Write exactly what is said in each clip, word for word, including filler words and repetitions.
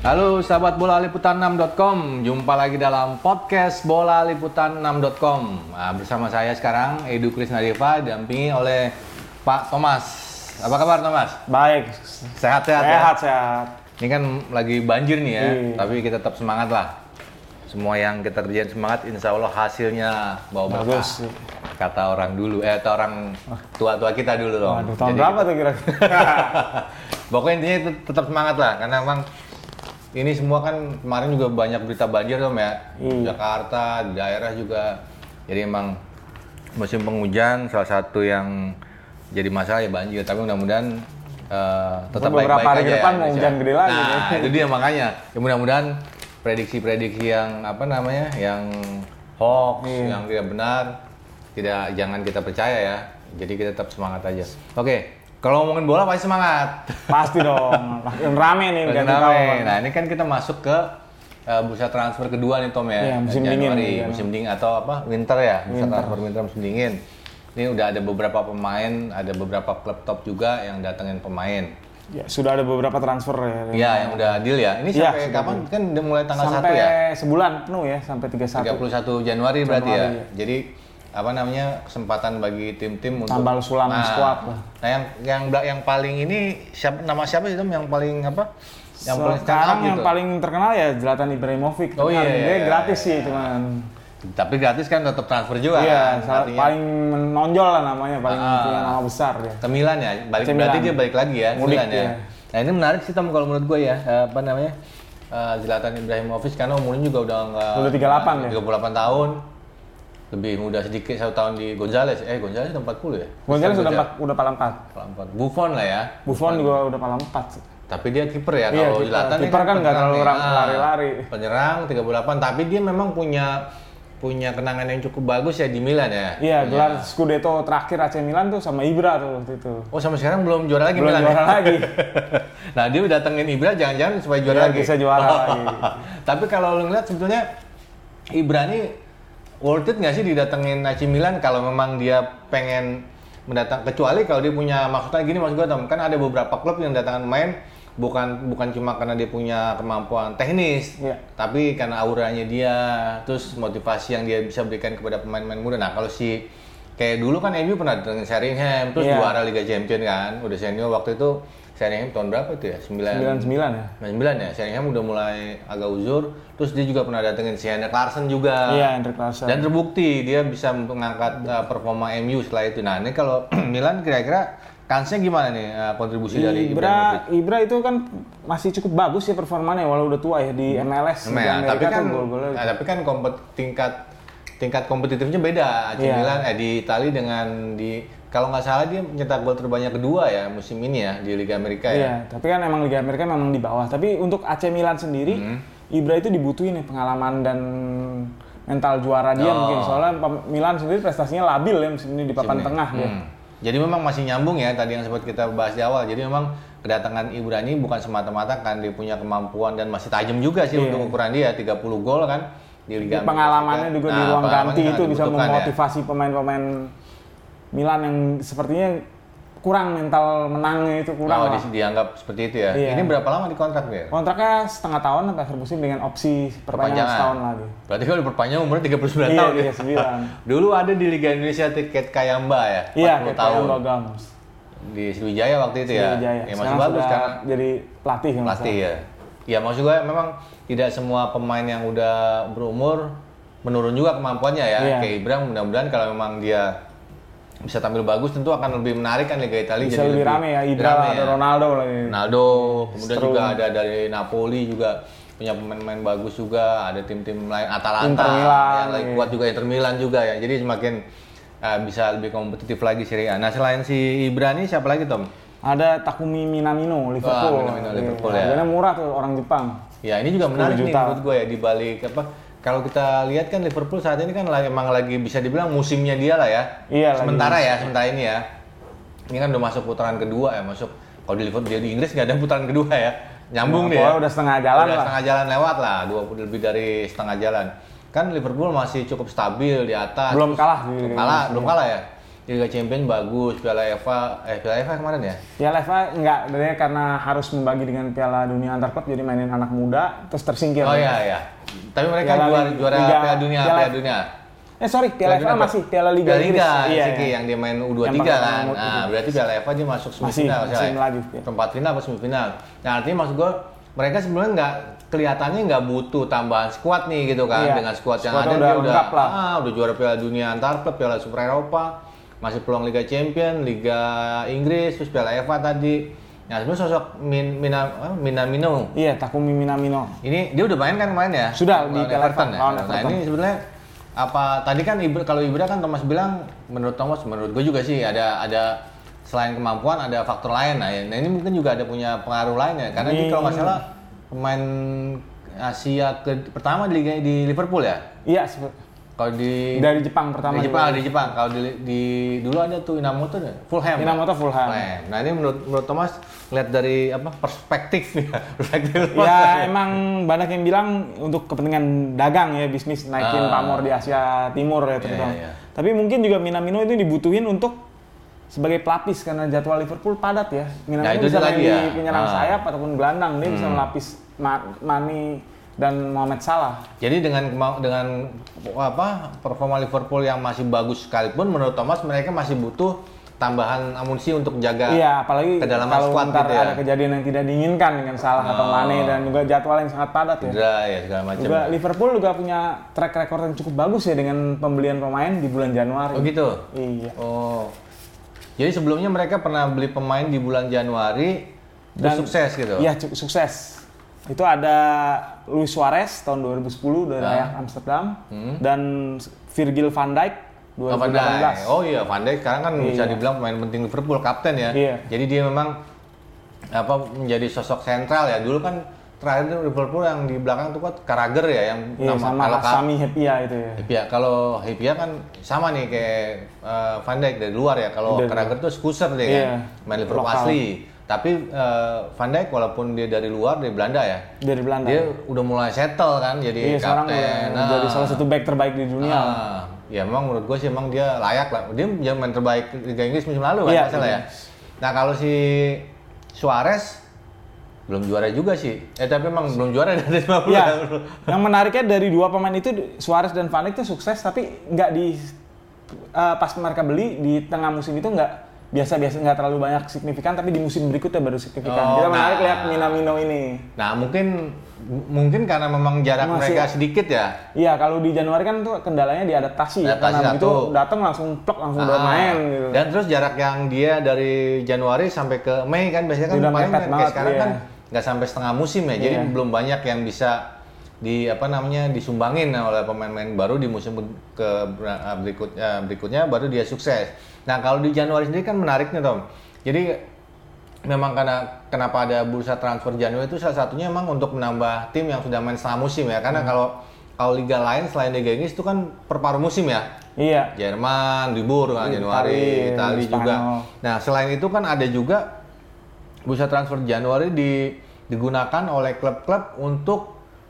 Halo sahabat bola liputan enam dot com, jumpa lagi dalam podcast bola liputan enam dot com. Nah, bersama saya sekarang Edu Krisnadeva, didampingi oleh Pak Thomas. Apa kabar Thomas? Baik, sehat-sehat ya? Sehat-sehat. Ini kan lagi banjir nih ya, Iyi. tapi kita tetap semangat lah. Semua yang kita kerjain semangat, insya Allah hasilnya bawa berkah. Bagus. Kata orang dulu, eh atau orang tua-tua kita dulu dong. Waduh, tahun Jadi berapa kita- tuh kira-kira? Pokoknya intinya itu tetap semangat lah, karena emang ini semua kan kemarin juga banyak berita banjir Tom ya, Iya. Jakarta, di daerah juga. Jadi emang musim penghujan salah satu yang jadi masalah ya banjir, tapi mudah-mudadan uh, tetap Beberapa baik-baik hari aja ke depan ya, mau Indonesia. hujan gede lagi Nah, nih. itu dia makanya. Ya mudah-mudahan prediksi-prediksi yang apa namanya, yang hoax, Iya. yang tidak benar, tidak jangan kita percaya ya. Jadi kita tetap semangat aja. Oke, kalau ngomongin bola pasti semangat. Pasti dong, makin rame nih Makin ganti rame. tahun. Nah ini kan kita masuk ke uh, bursa transfer kedua nih Tom ya. Iya, musim dingin Januari, nih, kan. musim dingin atau apa? Winter ya, bursa Winter. transfer winter musim dingin. Ini udah ada beberapa pemain, ada beberapa klub top juga yang datengin pemain. Ya, sudah ada beberapa transfer ya. Iya, yang udah deal ya. Ini Iya, sampai sudah kapan? Kan udah mulai tanggal sampai satu ya? sebulan penuh ya, sampai tiga puluh satu. tiga puluh satu Januari berarti ya. Januari, ya. Jadi apa namanya, kesempatan bagi tim-tim untuk Tambal sulam squad lah. Nah, yang yang yang paling ini siapa, nama siapa sih Tom yang paling apa? Yang paling stand Sekarang out yang gitu? paling terkenal ya Zlatan Ibrahimovic. Oh, iya, Dia iya, gratis iya, sih iya. cuman. Tapi gratis kan tetap transfer juga Iya, kan? salah- Artinya paling menonjol lah namanya, paling Ah. punya nama besar ya. ke Milan ya, balik Ke berarti Milan. dia balik lagi ya, ke Mudik, Milan ya. iya. Nah ini menarik sih Tom kalau menurut gue ya, eh, apa namanya, eh, Zlatan Ibrahimovic karena umurnya juga udah nggak Udah tiga puluh delapan ya? tiga puluh delapan tahun, lebih muda sedikit satu tahun di Gonzales, eh Gonzales udah empat puluh ya? Gonzales sudah empat, udah pala empat. empat. Buffon lah ya. Buffon juga udah pala empat. Tapi dia kiper ya, Iya, kalau kiper. Zlatan ini Kiper kan nggak penyerang terlalu nih. orang- Ah, lari-lari. Penyerang tiga puluh delapan, tapi dia memang punya punya kenangan yang cukup bagus ya di Milan ya. Iya, Punya- gelar Scudetto terakhir A C Milan tuh sama Ibra tuh waktu itu. Oh sampai sekarang belum juara lagi Belum Milan juara ya? lagi. Nah dia datengin Ibra jangan-jangan supaya juara Biar lagi. bisa juara lagi. Tapi kalau lu ngeliat sebetulnya Ibra ini worth it nggak sih didatengin A C Milan kalau memang dia pengen mendatang, kecuali kalau dia punya, maksudnya gini maksud gue Tom, kan ada beberapa klub yang datangkan main bukan bukan cuma karena dia punya kemampuan teknis, Iya. tapi karena auranya dia, terus motivasi yang dia bisa berikan kepada pemain-pemain muda. Nah kalau si kayak dulu kan M U pernah datengin Sheringham, terus Iya. juara Liga Champions kan, udah senior waktu itu. Sheringham tahun berapa itu ya? sembilan puluh sembilan ya. sembilan puluh sembilan ya, Sheringham udah mulai agak uzur. Terus dia juga pernah datengin si Henrik Larsson juga. Iya, Hendrik Larsson. Dan terbukti dia bisa mengangkat uh, performa M U setelah itu. Nah ini kalau Milan kira-kira kansnya gimana nih uh, kontribusi dari Ibra, Ibrahimovic? Ibra itu kan masih cukup bagus ya performanya walau udah tua ya di M L S. Nah, di Amerika tapi kan, tuh gol-golnya. nah, tapi kan kompet, tingkat tingkat kompetitifnya beda. A C Iya. Milan eh, di Italia dengan di, kalau nggak salah dia mencetak gol terbanyak kedua ya musim ini ya di Liga Amerika ya. Iya, tapi kan emang Liga Amerika memang di bawah. Tapi untuk A C Milan sendiri, Hmm. Ibra itu dibutuhin nih pengalaman dan mental juara dia Oh. mungkin. Soalnya Pem- Milan sendiri prestasinya labil ya musim ini di papan Musim ini. tengah dia. Hmm. Jadi memang masih nyambung ya tadi yang sempat kita bahas di awal. Jadi memang kedatangan Ibra ini bukan semata-mata kan dia punya kemampuan dan masih tajam juga sih Iya. untuk ukuran dia tiga puluh gol kan di Liga Amerika Pengalamannya Serikat. juga di Nah, ruang pengalamannya ganti sangat itu bisa dibutuhkan ya. memotivasi pemain-pemain Milan yang sepertinya kurang mental menangnya itu kurang Oh, lah. di- dianggap seperti itu ya. Iya. Ini berapa lama dikontrak dia? Kontraknya setengah tahun sampai akhir musim dengan opsi perpanjangan setahun lagi. Berarti kalau diperpanjang umurnya tiga puluh sembilan Iya, tahun. tiga ya? puluh sembilan. Dulu ada di Liga Indonesia tiket Kayamba ya, empat Iya, puluh kayak tahun. Kayamba Gams. Di Sriwijaya waktu itu ya. Sriwijaya. Ya masih Sekarang bagus sudah karena jadi pelatih kalau nggak pelatih salah. ya. Ya maksud gue memang tidak semua pemain yang udah berumur menurun juga kemampuannya ya. Iya. Kayak Ibra mudah-mudahan kalau memang dia bisa tampil bagus tentu akan lebih menarik kan Liga Italia. Bisa lebih rame ya, Ibra rame ada ya. Ronaldo lagi. Ronaldo, kemudian Strum. juga ada dari Napoli juga punya pemain-pemain bagus juga, ada tim-tim lain Atalanta Inter Milan, yang lagi iya. kuat juga Inter Milan juga ya. Jadi semakin uh, bisa lebih kompetitif lagi Serie A. Nah, selain si Ibra nih siapa lagi, Tom? Ada Takumi Minamino, Liverpool. Minamino, Iya, Liverpool ya. Harganya murah tuh, orang Jepang. Ya, ini juga sepuluh menarik nih juta. menurut gue ya di balik apa? Kalau kita lihat kan Liverpool saat ini kan lagi, emang lagi bisa dibilang musimnya dia lah ya. Iya, lagi Sementara ya, sementara ini ya. Ini kan udah masuk putaran kedua ya, masuk. Kalau di Liverpool dia di Inggris nggak ada putaran kedua ya. Nyambung Ya, nih ya. pokoknya udah setengah jalan Udah lah. setengah jalan lewat lah, dua puluh lebih dari setengah jalan. Kan Liverpool masih cukup stabil di atas. Belum Terus- kalah di belum Liga kalah, Inggris. belum kalah ya. Liga Champions bagus, Piala E V A, eh Piala E V A kemarin ya? Piala E V A enggak, dia karena harus membagi dengan Piala Dunia antar klub jadi mainin anak muda terus tersingkir. Oh iya iya. Tapi mereka Piala juara, Liga, juara Liga, Piala Dunia, Piala, Piala Dunia. Eh sorry, Piala E V A masih Piala Liga Piala Inggris. Liga, Iya, Siki, iya. yang dia main U dua puluh tiga kan. Nah, itu. berarti Piala E V A dia masuk semifinal masih, masih ya? lagi. Ya. Tempat final apa semifinal. Nah, artinya maksud gue mereka sebenarnya nggak kelihatannya nggak butuh tambahan skuad nih gitu kan. Iya. Dengan skuad yang Skuadnya ada udah dia udah lah. ah, udah juara Piala Dunia antar klub, Piala Super Eropa, masih peluang Liga Champions, Liga Inggris, terus Piala E V A tadi. Nah, sebenarnya sosok Min, Mina, Minamino. Iya, Takumi Minamino. Ini dia udah main kan kemarin ya? Sudah di Lawan Piala Everton ya. lawan Nah, Everton. ini sebenarnya apa tadi kan Ibra, kalau Ibra kan Thomas bilang menurut Thomas menurut gue juga sih ada ada selain kemampuan ada faktor lain. Nah, nah ini mungkin juga ada punya pengaruh lain ya karena dia kalau nggak salah pemain Asia ke pertama di Liga di Liverpool ya. Iya, sebe- Kalau di dari Jepang pertama. di Jepang, juga. di Jepang. Kalau di, di dulu ada tuh Inamoto deh, Fulham. Inamoto Fulham. Nah, ini menurut menurut Thomas lihat dari apa perspektif ya, perspektif. Ya emang banyak yang bilang untuk kepentingan dagang ya, bisnis naikin Ah. pamor di Asia Timur ya terutama. Iya, iya. Tapi mungkin juga Minamino itu dibutuhin untuk sebagai pelapis karena jadwal Liverpool padat ya. Minamino Nah, itu bisa dia main lagi di ya. penyerang Ah. sayap ataupun gelandang, dia bisa melapis Ma- Mane dan Mohamed Salah. Jadi dengan kema- dengan apa performa Liverpool yang masih bagus sekalipun menurut Thomas mereka masih butuh tambahan amunisi untuk jaga Iya, apalagi kedalaman kalau squad ntar gitu ya. ada kejadian yang tidak diinginkan dengan Salah atau Oh. Mane dan juga jadwal yang sangat padat ya. cedera ya segala macam. Juga Liverpool juga punya track record yang cukup bagus ya dengan pembelian pemain di bulan Januari. Oh gitu. Iya. Oh. Jadi sebelumnya mereka pernah beli pemain di bulan Januari dan sukses gitu. Iya, cukup sukses. Itu ada Luis Suarez tahun dua ribu sepuluh dari Ah. Ajax Amsterdam Hmm. dan Virgil van Dijk dua Oh, Van ribu delapan belas. Dijk. Oh iya, Van Dijk sekarang kan bisa Iya. dibilang pemain penting Liverpool, kapten ya. Iya. Jadi dia memang apa menjadi sosok sentral ya. Dulu kan terakhir itu Liverpool yang di belakang tuh kan Carragher ya yang Iya, nama sama kalau Ka- Sami Hyypiä itu ya. Hyypiä. Kalau Hyypiä kan sama nih kayak eh, Van Dijk dari luar ya. Kalau Dari Carragher tuh skuser dia Iya. kan, main Liverpool Lokal. asli. Tapi eh, Van Dijk walaupun dia dari luar dari Belanda ya, Dari Belanda. dia udah mulai settle kan jadi Iya, sekarang kapten. udah jadi salah satu back terbaik di dunia. Ah, ya memang menurut gue sih emang dia layak lah. Dia yang main terbaik Liga Inggris musim lalu kan Iya, masalah ya. Nah kalau si Suarez belum juara juga sih. Eh tapi emang belum juara dari lima puluh. Iya. Yang menariknya dari dua pemain itu Suarez dan Van Dijk itu sukses tapi nggak di eh, pas mereka beli di tengah musim itu nggak biasa-biasa nggak terlalu banyak signifikan tapi di musim berikutnya baru signifikan. Oh, Kita menarik nah. lihat Minamino ini. Nah mungkin mungkin karena memang jarak Masih- mereka sedikit ya. Iya, kalau di Januari kan tuh kendalanya di adaptasi, ya. Adaptasi Karena begitu satu. datang langsung plek langsung udah Ah, main gitu. Dan terus jarak yang dia dari Januari sampai ke Mei kan biasanya kan Udah paling mepet kayak banget, sekarang iya. kan nggak sampai setengah musim ya. Jadi Iya. belum banyak yang bisa di apa namanya disumbangin oleh pemain-pemain baru di musim ke berikutnya berikutnya baru dia sukses. Nah kalau di Januari sendiri kan menarik nih Tom. Jadi memang karena kenapa ada bursa transfer Januari itu salah satunya memang untuk menambah tim yang sudah main selama musim ya. Karena Hmm. kalau kalau liga lain selain Liga Inggris itu kan per paruh musim ya. Iya. Jerman libur kan Itali, Januari, Itali Spanyol. juga. Nah selain itu kan ada juga bursa transfer Januari di, digunakan oleh klub-klub untuk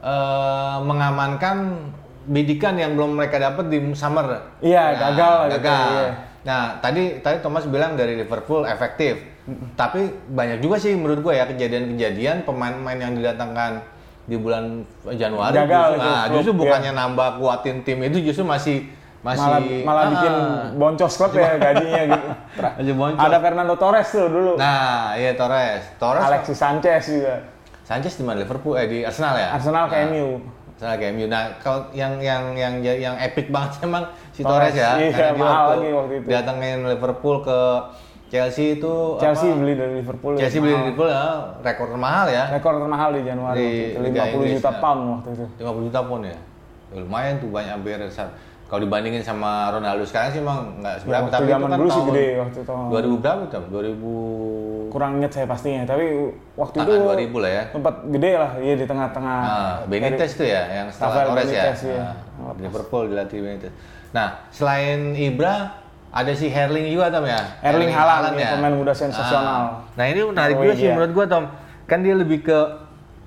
eh, mengamankan bidikan yang belum mereka dapat di summer. Iya, Nah, gagal gitu, gagal. iya. Nah tadi tadi Thomas bilang dari Liverpool efektif, tapi banyak juga sih menurut gue ya kejadian-kejadian pemain-pemain yang didatangkan di bulan Januari Gagal justru, itu, nah, flop, justru iya. bukannya nambah kuatin tim itu justru masih masih malah malah ah, bikin boncos klub ya gajinya gitu. Aja boncos. Ada Fernando Torres tuh dulu. Nah, iya Torres. Torres Alexis Sanchez juga. Sanchez di mana? Liverpool eh di Arsenal ya? Arsenal ke Nah, M U. Arsenal ke M U. Nah, kalau yang yang yang yang epic banget emang si Torres, Torres ya. iya, Karena dia mahal lagi waktu itu. Datangin Liverpool ke Chelsea itu Chelsea apa? beli dari Liverpool. Chelsea ya, beli mahal. Liverpool ya, rekor termahal ya. Rekor termahal di Januari Di waktu itu, Liga lima puluh Inggris, juta ya. pound waktu itu. lima puluh juta pun ya. Ya, lumayan tuh banyak hampir sa- kalau dibandingin sama Ronaldo sekarang sih emang nggak Ya, seberapa waktu tapi itu zaman kan dulu sih tahun gede waktu itu. dua ribu berapa tuh? dua ribu Kurang inget saya pastinya, tapi waktu Ah, itu dua ribu lah ya. tempat gede lah, iya di tengah-tengah. Ah, Benitez tuh ya, yang setelah Rafael Torres ya. Benitez, iya. Ah, di Liverpool dilatih Benitez. Nah, selain Ibra, ada si Herling juga Tom ya. Erling Haaland ya, pemain muda sensasional. Ah. Nah ini menarik juga sih Norwegia. menurut gua Tom. Kan dia lebih ke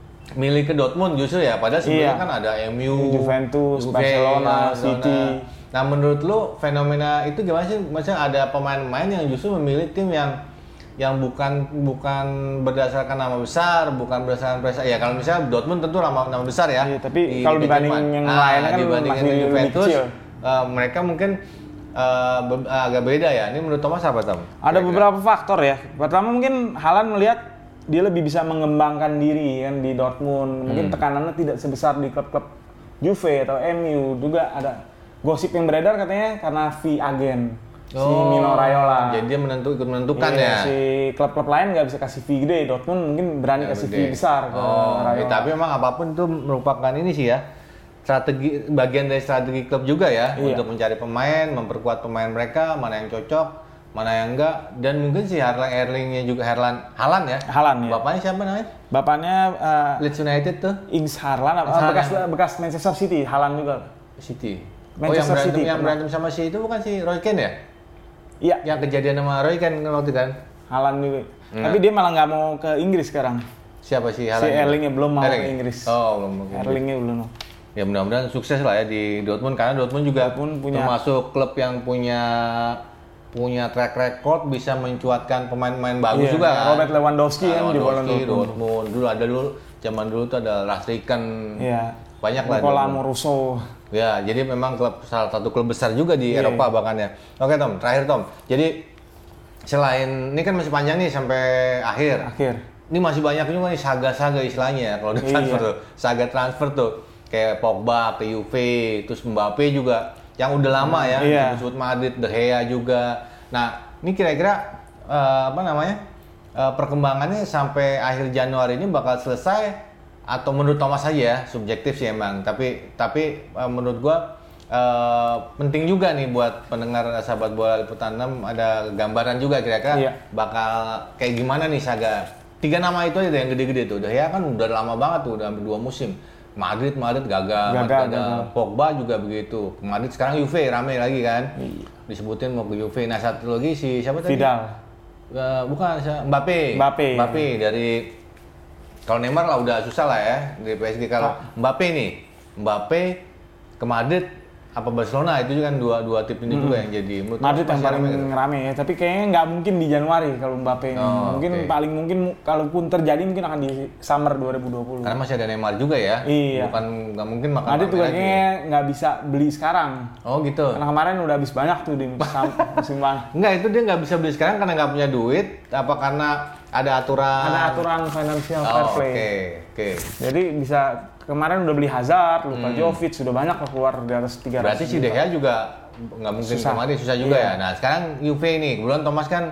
milih ke Dortmund justru ya. Padahal sebenarnya Iya. kan ada M U, Juventus, Juve, Barcelona, Barcelona. City. Nah menurut lu fenomena itu gimana sih? Maksudnya ada pemain-pemain yang justru memilih tim yang yang bukan bukan berdasarkan nama besar, bukan berdasarkan prestasi. Ya kalau misalnya Dortmund tentu nama nama besar ya. Iya, tapi di, kalau di dibanding Jerman. yang ah, lainnya kan dibandingin masih lebih Juventus, kecil. uh, mereka mungkin uh, be- agak beda ya. Ini menurut Thomas apa Tom? Ada Kira-kira? beberapa faktor ya. Pertama mungkin Haaland melihat dia lebih bisa mengembangkan diri kan di Dortmund. Mungkin Hmm. tekanannya tidak sebesar di klub-klub Juve atau M U. Juga ada gosip yang beredar katanya karena fee agen. Si Mino Raiola. Jadi dia menentu, ikut menentukan Iya, ya. si klub-klub lain nggak bisa kasih fee gede, Dortmund mungkin berani Ya, kasih gede. fee besar ke Oh, Raiola. ya, tapi memang apapun itu merupakan ini sih ya. Strategi bagian dari strategi klub juga ya Iya. untuk mencari pemain, memperkuat pemain mereka, mana yang cocok, mana yang enggak, dan mungkin si Erling Erlingnya juga Haaland, Haaland ya. Haaland ya. Bapaknya siapa namanya? Bapaknya uh, Leeds United tuh. Ings Haaland, apa- Ings bekas Haaland. bekas Manchester City, Haaland juga. City. oh Manchester yang berantem, City yang pernah. berantem sama si itu bukan si Roy Keane ya? Iya, Yang kejadian sama Roy Keane waktu itu kan? Haaland juga. Iya. Tapi dia malah nggak mau ke Inggris sekarang. Siapa si Si Haaland? Erlingnya belum mau Erling? ke Inggris. Oh belum mau ke Inggris. Erlingnya belum mau. Ya mudah-mudahan sukses lah ya di Dortmund karena Dortmund juga Dortmund punya- termasuk klub yang punya punya track record bisa mencuatkan pemain-pemain bagus Iya, juga kan. Robert Lewandowski kan di bola Lewandowski, Dortmund. Dortmund. Dulu ada dulu zaman dulu tuh ada Rastrikan. Iya. Banyak lah. Nicola Dortmund. Moruso. Ya, jadi memang klub salah satu klub besar juga di Iya, Eropa bahkan ya. Oke Tom, terakhir Tom. Jadi selain ini kan masih panjang nih sampai akhir. Akhir. Ini masih banyak juga nih saga-saga istilahnya ya kalau di Iya. transfer tuh. Saga transfer tuh kayak Pogba ke Juve, terus Mbappe juga yang udah lama ya, Iya. disebut Madrid, De Gea juga. Nah, ini kira-kira eh, apa namanya? eh, perkembangannya sampai akhir Januari ini bakal selesai atau menurut Thomas saja ya, subjektif sih emang, tapi tapi eh, menurut gua eh, penting juga nih buat pendengar sahabat bola liputan enam ada gambaran juga kira-kira Iya. bakal kayak gimana nih saga. Tiga nama itu aja deh yang gede-gede tuh. De Gea kan udah lama banget tuh, udah hampir dua musim. Madrid, Madrid gagal, Gagal, Madrid gagal. gagal. Pogba juga begitu. Ke Madrid sekarang Juve rame lagi kan. Iya. Disebutin mau ke Juve. Nah satu lagi si siapa tadi? Vidal. Eh, bukan, siapa? Mbappe. Mbappe. Mbappe dari kalau Neymar lah udah susah lah ya di P S G. Kalau Mbappe nih, Mbappe ke Madrid apa Barcelona itu juga kan dua dua tim ini juga yang jadi menurut Madrid Thomas yang masih paling rame gitu. rame ya, tapi kayaknya nggak mungkin di Januari kalau Mbappe. Oh, mungkin oke. paling mungkin kalaupun terjadi mungkin akan di summer dua ribu dua puluh. Karena masih ada Neymar juga ya. Iya. Bukan nggak mungkin makan Madrid Mbappe juga lagi. kayaknya nggak bisa beli sekarang. Oh gitu. Karena kemarin udah habis banyak tuh di musim musim panas. Enggak, itu dia nggak bisa beli sekarang karena nggak punya duit, apa karena ada aturan? Ada aturan financial Oh, fair oke, play. oke. Jadi bisa kemarin udah beli Hazard, Luka Hmm. Jovic sudah banyak lah keluar di atas tiga ratus. Berarti si De Gea juga nggak mungkin Susah. kemarin susah juga Iya. ya. Nah sekarang Juve nih, kebetulan Thomas kan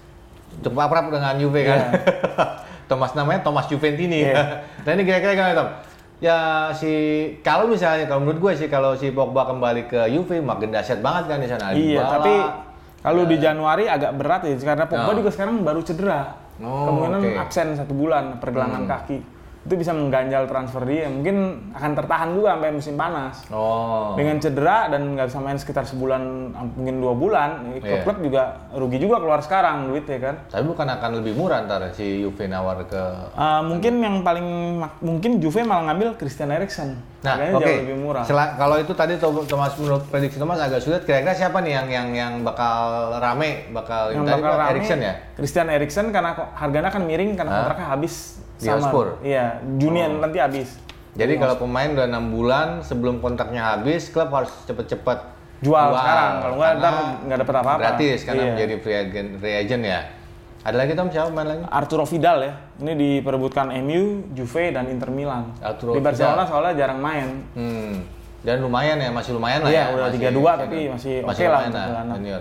cukup akrab dengan Juve kan. Iya. Thomas namanya Thomas Juventini. Iya. Nah ini kira-kira gimana Tom? Ya si kalau misalnya kalau menurut gue sih kalau si Pogba kembali ke Juve makin dahsyat banget kan di sana. Iya, Dybala. tapi kalau di Januari agak berat ya karena Pogba Oh. juga sekarang baru cedera. Oh, Kemungkinan oke. absen satu bulan pergelangan Hmm. kaki. Itu bisa mengganjal transfer dia. Mungkin akan tertahan juga sampai musim panas. Oh. Dengan cedera dan nggak bisa main sekitar sebulan mungkin dua bulan, Iya. klub-klub juga rugi juga keluar sekarang duit ya kan. Tapi bukan akan lebih murah ntar si Juve nawar ke. Uh, mungkin yang paling mak- mungkin Juve malah ngambil Christian Eriksen. Nah, Harganya oke. jauh lebih murah. Sela- kalau itu tadi Tom- Thomas menurut prediksi Thomas agak sulit. Kira-kira siapa nih yang yang yang bakal rame, bakal Yang tadi bakal Pak rame Eriksen ya? Christian Eriksen karena kok harganya kan miring karena Hah? kontraknya habis Di Hotspur? Iya, Juni Oh. nanti habis. Jadi kalau pemain udah enam bulan sebelum kontraknya habis, klub harus cepet-cepet Jual sekarang, kalau nggak karena ntar nggak dapet apa-apa. Gratis karena Iya. menjadi free agent, free agent ya. Ada lagi Tom siapa main lagi? Arturo Vidal ya. Ini diperebutkan M U, Juve dan Inter Milan. Arturo Di Barcelona Vidal. soalnya jarang main. Hmm. Dan lumayan ya, masih lumayan lah Iya, ya. udah Masih- tiga dua tapi masih oke lah lumayan untuk gelandang. senior.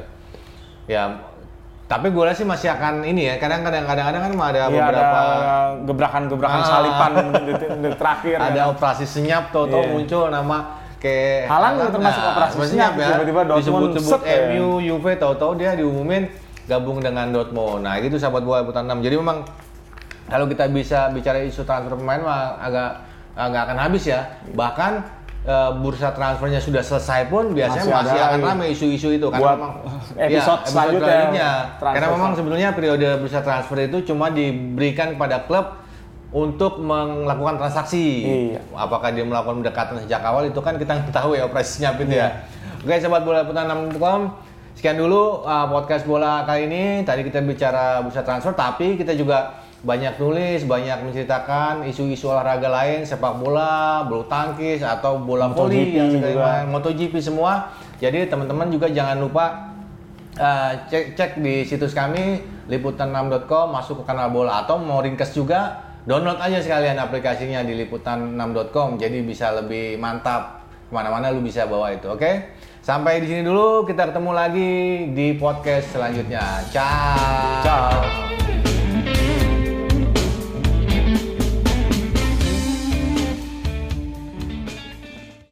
Ya, tapi gue rasa sih masih akan ini ya. Kadang-kadang kadang-kadang kan ada Iya, beberapa ada gebrakan-gebrakan Ah. salipan menit menit terakhir. ada ya. operasi senyap tau-tau Iya. muncul nama kayak Haaland juga termasuk Nah, operasi senyap, ya. tiba-tiba Dortmund disebut-sebut set ya. M U, Juve tau-tau dia diumumin gabung dengan Dortmund. Nah, gitu sahabat bola liputan enam. Jadi memang kalau kita bisa bicara isu transfer pemain mah agak nggak akan habis ya. Bahkan eh, bursa transfernya sudah selesai pun biasanya Masih masih, ada akan lagi. ramai isu-isu itu karena Buat memang episode ya, selanjutnya selanjutnya. transfer Karena memang transfer. sebetulnya periode bursa transfer itu cuma diberikan pada klub untuk melakukan transaksi. Iya. Apakah dia melakukan pendekatan sejak awal itu kan kita nggak tahu ya operasi senyap itu ya. Oke, sobat bola liputan enam titik com. Sekian dulu uh, podcast bola kali ini. Tadi kita bicara bursa transfer, tapi kita juga banyak nulis, banyak menceritakan isu-isu olahraga lain, sepak bola, bulu tangkis atau bola voli yang sedang main, MotoGP semua. Jadi teman-teman juga jangan lupa uh, cek cek di situs kami liputan enam titik com, masuk ke kanal bola, atau mau ringkes juga download aja sekalian aplikasinya di liputan enam titik com. Jadi bisa lebih mantap. Kemana-mana lu bisa bawa itu, oke? Okay? Sampai di sini dulu, kita ketemu lagi di podcast selanjutnya. Ciao. Ciao.